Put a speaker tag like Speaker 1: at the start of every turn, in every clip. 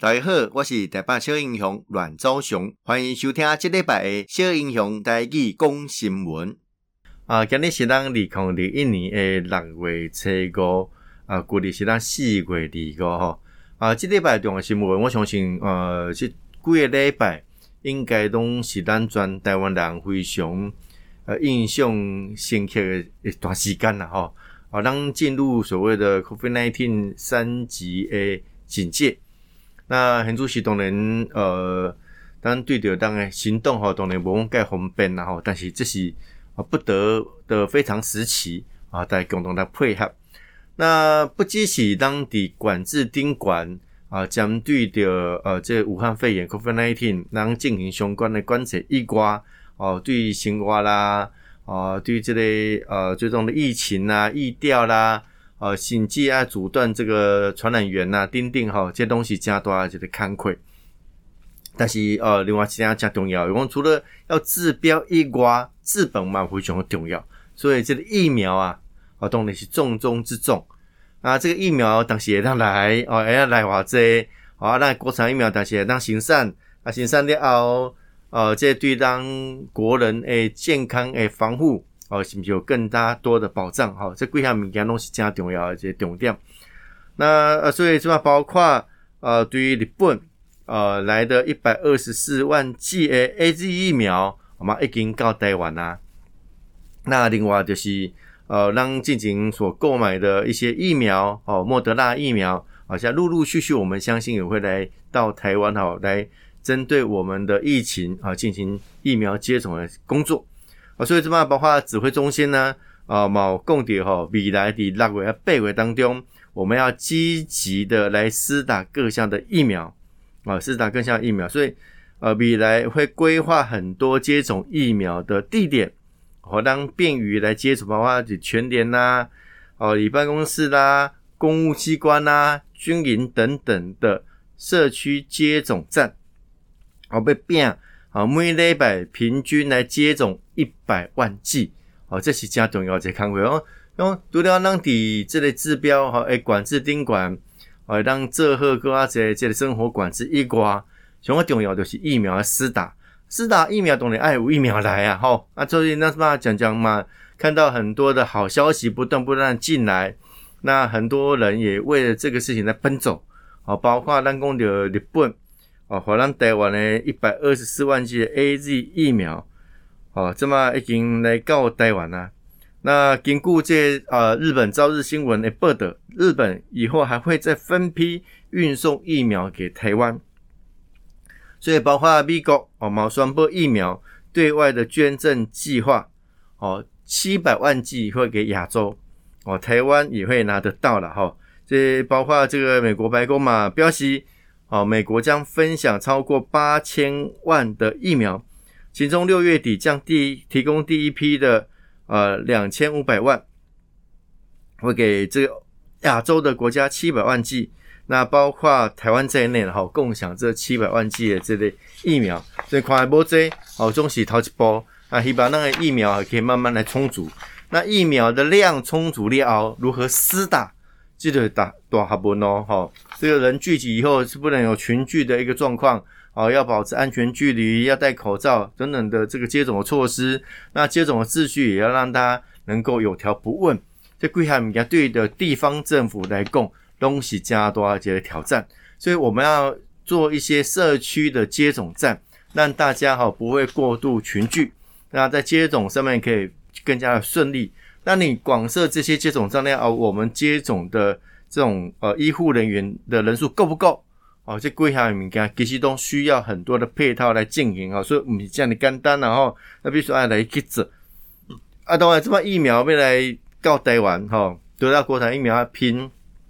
Speaker 1: 大家好，我是台北小英雄阮昭雄，欢迎收听这礼拜的小英雄台语讲新闻。今日是咱2021年的6月初5，旧历是咱4月25吼。这礼拜重要新闻，我相信这几个礼拜应该拢是咱全台湾人非常印象深刻的一段时间啦吼。咱进入所谓的 COVID-19 3级的警戒。那现主席当然咱对着咱的行动吼，当然无讲介方便啦吼，但是这是不得的非常时期大家共同来配合。那不只是咱伫管制顶悬针对着这武汉肺炎 COVID-19 咱进行相关的管制以外对生活啦对这个最终的疫情啦、疫调啦甚至阻断这个传染源啊等等这东西真大的一个工课。但是另外一点真重要，讲除了要治标以外，治本嘛非常重要。所以这个疫苗当然是重中之重。这个疫苗当时会当来会当来偌济咱国产疫苗当时会当生产生产了后这对咱国人的健康的防护是不是有更加多的保障这几项物件拢是真重要的一个重点。那所以这包括对于日本来的124万剂的 AZ 疫苗已经到台湾啦。那另外就是让进行所购买的一些疫苗莫德纳疫苗现在陆陆续续我们相信也会来到台湾来针对我们的疫情进行疫苗接种的工作。所以这包括指挥中心呢有讲到未来的6月8月当中，我们要积极的来施打各项的疫苗施打各项疫苗。所以未来会规划很多接种疫苗的地点让便于来接种，包括全联啦里办公室啦、公务机关啦、军营等等的社区接种站要变每礼拜平均来接种100万剂这是真重要的一个工作除了咱伫这个指标管制顶悬让做好更加这个生活管制以外，上重要就是疫苗的施打疫苗当然要有疫苗来所以那讲嘛，看到很多的好消息不断进来，那很多人也为了这个事情在奔走包括咱讲到日本给咱台湾的124万剂的 AZ 疫苗这么已经来到台湾啦。那根据这日本朝日新闻的报道，日本以后还会再分批运送疫苗给台湾。所以包括美国宣布疫苗对外的捐赠计划700万剂会给亚洲台湾也会拿得到了这包括这个美国白宫嘛表示美国将分享超过8000万的疫苗，其中6月底将提供第一批的2500万会给这个亚洲的国家700万剂，那包括台湾在内共享这700万剂的这类疫苗。所以看来不多总是头一步希望那个疫苗可以慢慢来充足。那疫苗的量充足了后如何施打，这就大学问这个人聚集以后是不能有群聚的一个状况要保持安全距离，要戴口罩等等的这个接种的措施。那接种的秩序也要让大家能够有条不紊。这几项物件对的地方政府来讲都是很大的一个挑战，所以我们要做一些社区的接种站，让大家不会过度群聚，那在接种上面可以更加的顺利。那你广设这些接种站我们接种的这种医护人员的人数够不够这几项物件其实都需要很多的配套来进行所以不是这样的简单那必须要来去做当然这么疫苗要来到台湾得到国产疫苗要拼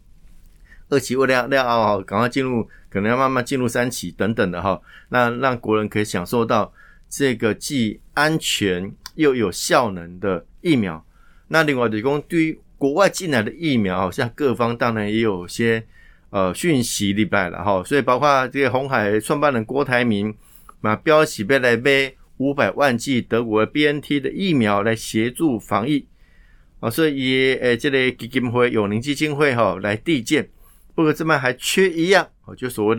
Speaker 1: 2期了后赶快进入，可能要慢慢进入3期等等的那让国人可以享受到这个既安全又有效能的疫苗。那另外就是说对于国外进来的疫苗像各方当然也有些讯息入来了所以包括这个鸿海创办人郭台铭表示要来买500万剂德国的 BNT 的疫苗来协助防疫所以这个基金会友邻基金会来递件。不过这边还缺一样就所谓的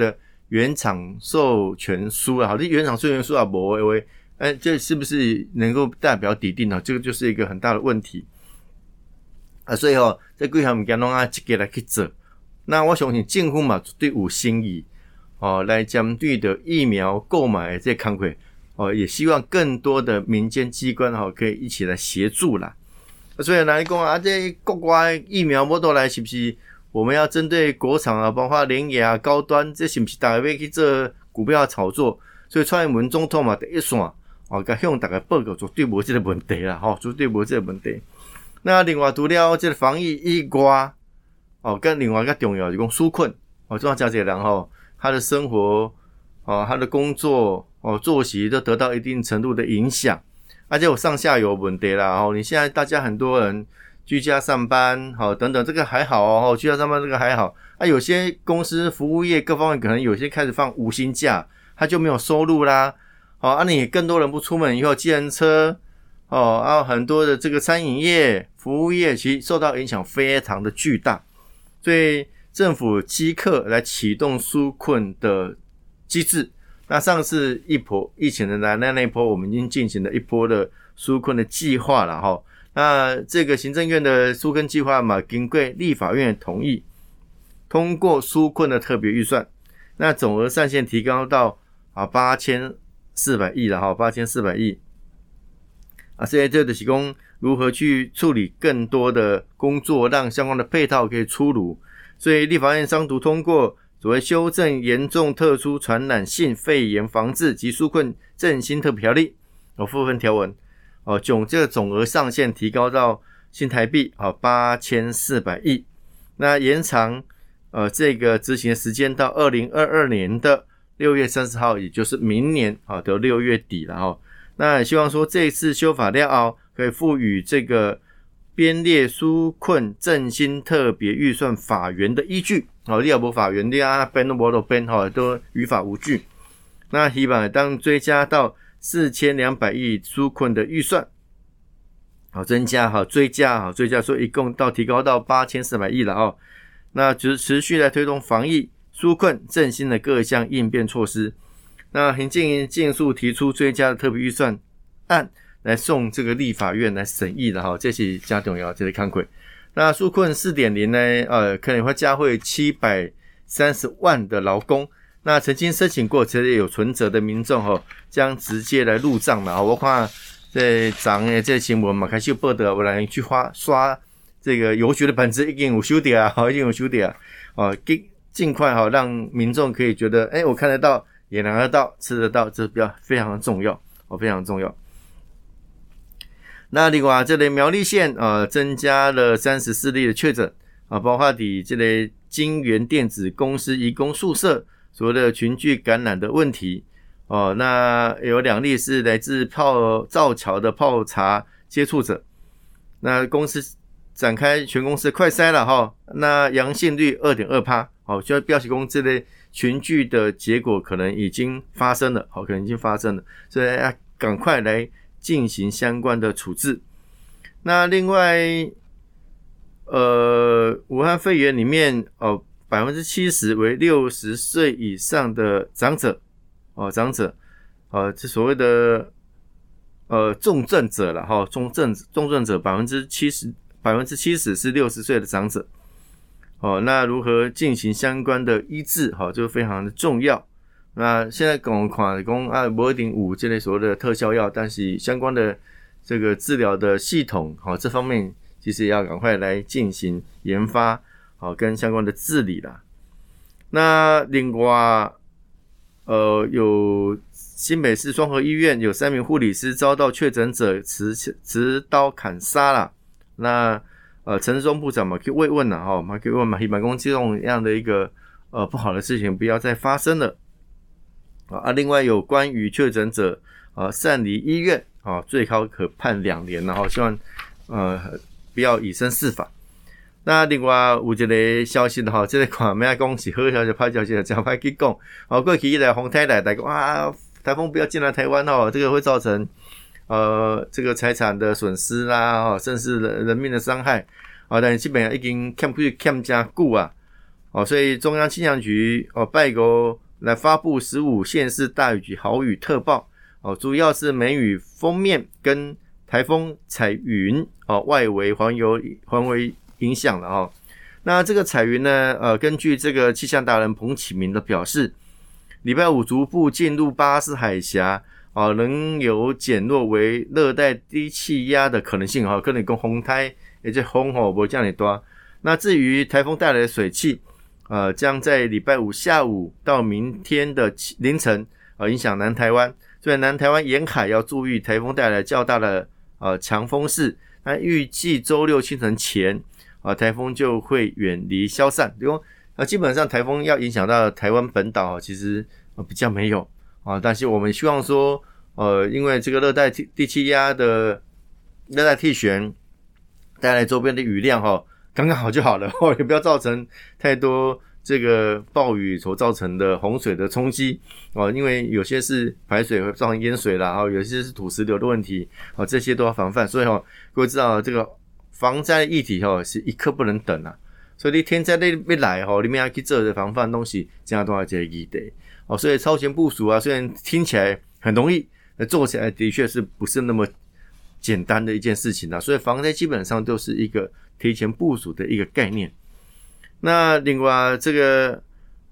Speaker 1: 原厂授权书啊，好，你原厂授权书啊没的话，这是不是能够代表抵定呢？这个就是一个很大的问题啊，所以这几项物件拢一个来去做。那我相信政府嘛绝对有心意来针对的疫苗购买的这工作也希望更多的民间机关可以一起来协助啦。所以来讲这国外疫苗要倒来，是不是我们要针对国产啊，包括联亚高端，这是不是大家要去做股票炒作？所以蔡英文总统嘛第一线甲向大家报告绝对无这个问题啦，绝对无这个问题。那另外除了这个防疫以外跟另外一个重要就是讲纾困这样真侪人他的生活他的工作作息都得到一定程度的影响，而且有上下游问题啦你现在大家很多人居家上班等等，这个还好居家上班这个还好有些公司服务业各方面可能有些开始放无薪假，他就没有收入啦你更多人不出门以后，计程车很多的这个餐饮业服务业其实受到影响非常的巨大，所以政府即刻来启动纾困的机制。那上次一波疫情的那一波，我们已经进行了一波的纾困的计划了那这个行政院的纾困计划嘛，经过立法院的同意，通过纾困的特别预算，那总额上限提高到8400亿了8400亿所以这就是说如何去处理更多的工作，让相关的配套可以出炉。所以立法院商读通过所谓修正严重特殊传染性肺炎防治及纾困振兴特别条例部分条文这个总额上限提高到新台币8400亿，那延长这个执行的时间到2022年的6月30号，也就是明年的6月底了那也希望说这一次修法了可以赋予这个编列纾困振兴特别预算法源的依据你也没法源，你编都没编都于法无据。那希望当追加到4200亿纾困的预算增加追加说一共提高到8400亿了那就是持续来推动防疫纾困振兴的各项应变措施。那行政院尽速提出追加的特别预算案来送这个立法院来审议的这是加重要，这是看过。那纾困 4.0 呢可能会加惠730万的劳工，那曾经申请过其实有存折的民众将直接来入账了我看这昨的这新闻嘛开始报道，有人去刷这个邮局的本子已经有收到已经有收到尽快让民众可以觉得我看得到也拿得到吃得到，这比较非常的重要非常重要。那另外这个苗栗县增加了34例的确诊包括在这个金源电子公司移工宿舍所谓的群聚感染的问题那有2例是来自造桥的泡茶接触者，那公司展开全公司快筛了那阳性率 2.2% 就表示说这类群聚的结果可能已经发生了所以要赶快来进行相关的处置。那另外武汉肺炎里面70%为60岁以上的长者这所谓的重症者啦重症者70%是60岁的长者那如何进行相关的医治就非常的重要。那现在讲不一定有这类所谓的特效药，但是相关的这个治疗的系统这方面其实也要赶快来进行研发跟相关的治理啦。那另外有新北市双和医院有3名护理师遭到确诊者持刀砍杀啦。那陈时中部长嘛去慰问啦去慰问嘛，希望说这种样的一个不好的事情不要再发生了另外有关于确诊者擅离医院最高可判2年，然后希望不要以身试法。那另外有一个消息的这个看不要讲是好消息坏消息就不要去讲过去以来风台来讲台风不要进来台湾这个会造成这个财产的损失啦甚至人命的伤害但是基本上已经欠很久所以中央气象局拜托来发布15县市大雨及豪雨特报，主要是梅雨锋面跟台风彩云外围环围影响了那这个彩云呢，根据这个气象达人彭启明的表示，礼拜五逐步进入巴士海峡，能有减弱为热带低气压的可能性，可能说风台而且风不会这样大。那至于台风带来的水汽，将在礼拜五下午到明天的凌晨影响南台湾，所以南台湾沿海要注意台风带来较大的强风势。那预计周六清晨前台风就会远离消散。比如基本上台风要影响到台湾本岛其实比较没有但是我们希望说因为这个热带低气压的热带气旋带来周边的雨量刚刚好就好了也不要造成太多这个暴雨所造成的洪水的冲击因为有些是排水会造成淹水啦有些是土石流的问题这些都要防范。所以各位知道这个防灾的议题是一刻不能等所以你天灾要来你们要去做的防范东西这样都要这个议题所以超前部署虽然听起来很容易做起来的确是不是那么简单的一件事情所以防灾基本上都是一个提前部署的一个概念。那另外这个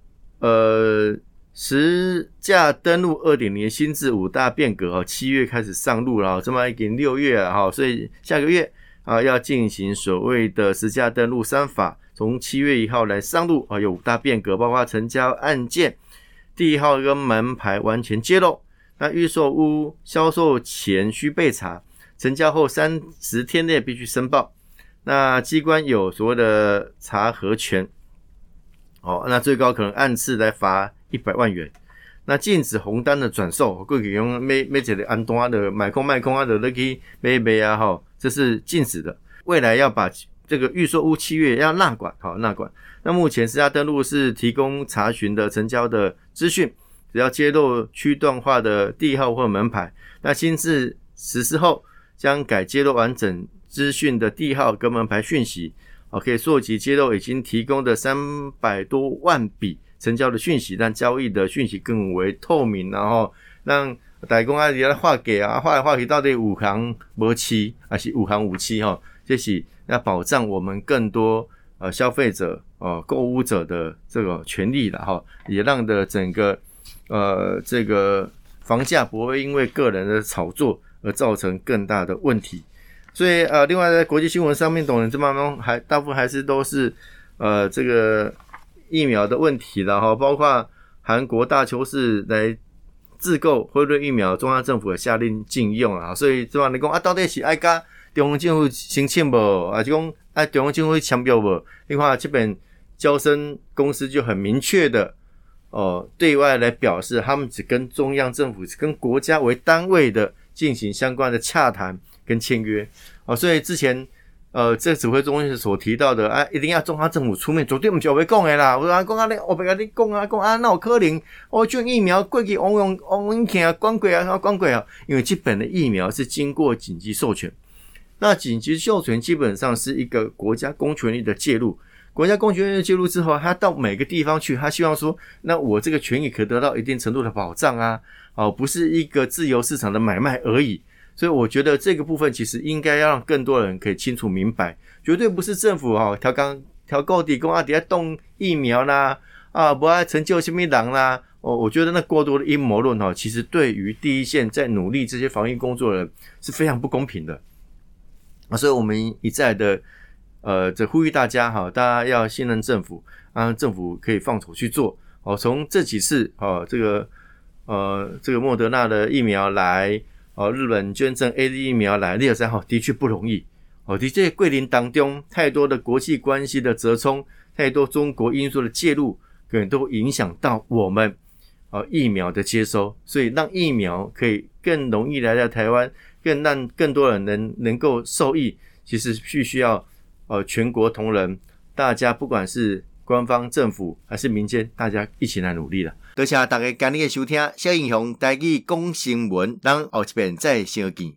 Speaker 1: 实价登录 2.0 新制5大变革7月开始上路了这么已经6月了所以下个月要进行所谓的实价登录3法，从7月1号来上路有5大变革，包括成交案件地号跟门牌完全揭露，那预售屋销售前需备查，成交后30天内必须申报，那机关有所谓的查核权那最高可能按次来罚100万元。那禁止红单的转售，过去用每一个安单的买空卖空就你去买这是禁止的。未来要把这个预售屋7月要纳管纳管。那目前实价登录是提供查询的成交的资讯，只要揭露区段化的地号或门牌。那新制实施后将改揭露完整资讯的地号跟门牌讯息可以溯及揭露已经提供的300多万笔成交的讯息，让交易的讯息更为透明，然后让大家说你要画给画来画去到底5行没七还是5行5七这是要保障我们更多消费者购物者的这个权利啦也让的整个这个房价不会因为个人的炒作而造成更大的问题。所以另外在国际新闻上面懂人这方面大部分还是都是这个疫苗的问题啦包括韩国大邱市来自购辉瑞疫苗，中央政府也下令禁用所以这方面讲到底是要跟中央政府申请不还是讲中央政府签标不？另外这边交生公司就很明确的对外来表示他们只跟中央政府跟国家为单位的进行相关的洽谈跟签约所以之前这指挥中心所提到的一定要中央政府出面，绝对不是我要讲的啦。我说讲我不跟你讲那有可能这疫苗过去王永庆关过因为这本的疫苗是经过紧急授权，那紧急授权基本上是一个国家公权力的介入，国家公权力的介入之后，他到每个地方去，他希望说那我这个权益可得到一定程度的保障不是一个自由市场的买卖而已。所以我觉得这个部分其实应该要让更多人可以清楚明白，绝对不是政府调高底说底下动疫苗啦不要成就什么人啦我觉得那过多的阴谋论其实对于第一线在努力这些防疫工作的人是非常不公平的所以我们一再的这呼吁大家大家要信任政府，让政府可以放手去做从这几次这个莫德纳的疫苗来日本捐赠 AZ 疫苗来，2、3号的确不容易的确过程当中太多的国际关系的折冲，太多中国因素的介入，可能都影响到我们疫苗的接收，所以让疫苗可以更容易来到台湾，更让更多人能够受益，其实必须要全国同仁，大家不管是官方政府还是民间，大家一起来努力了。多谢大家今日的收听，小英雄台语讲新闻，咱后一遍再相见。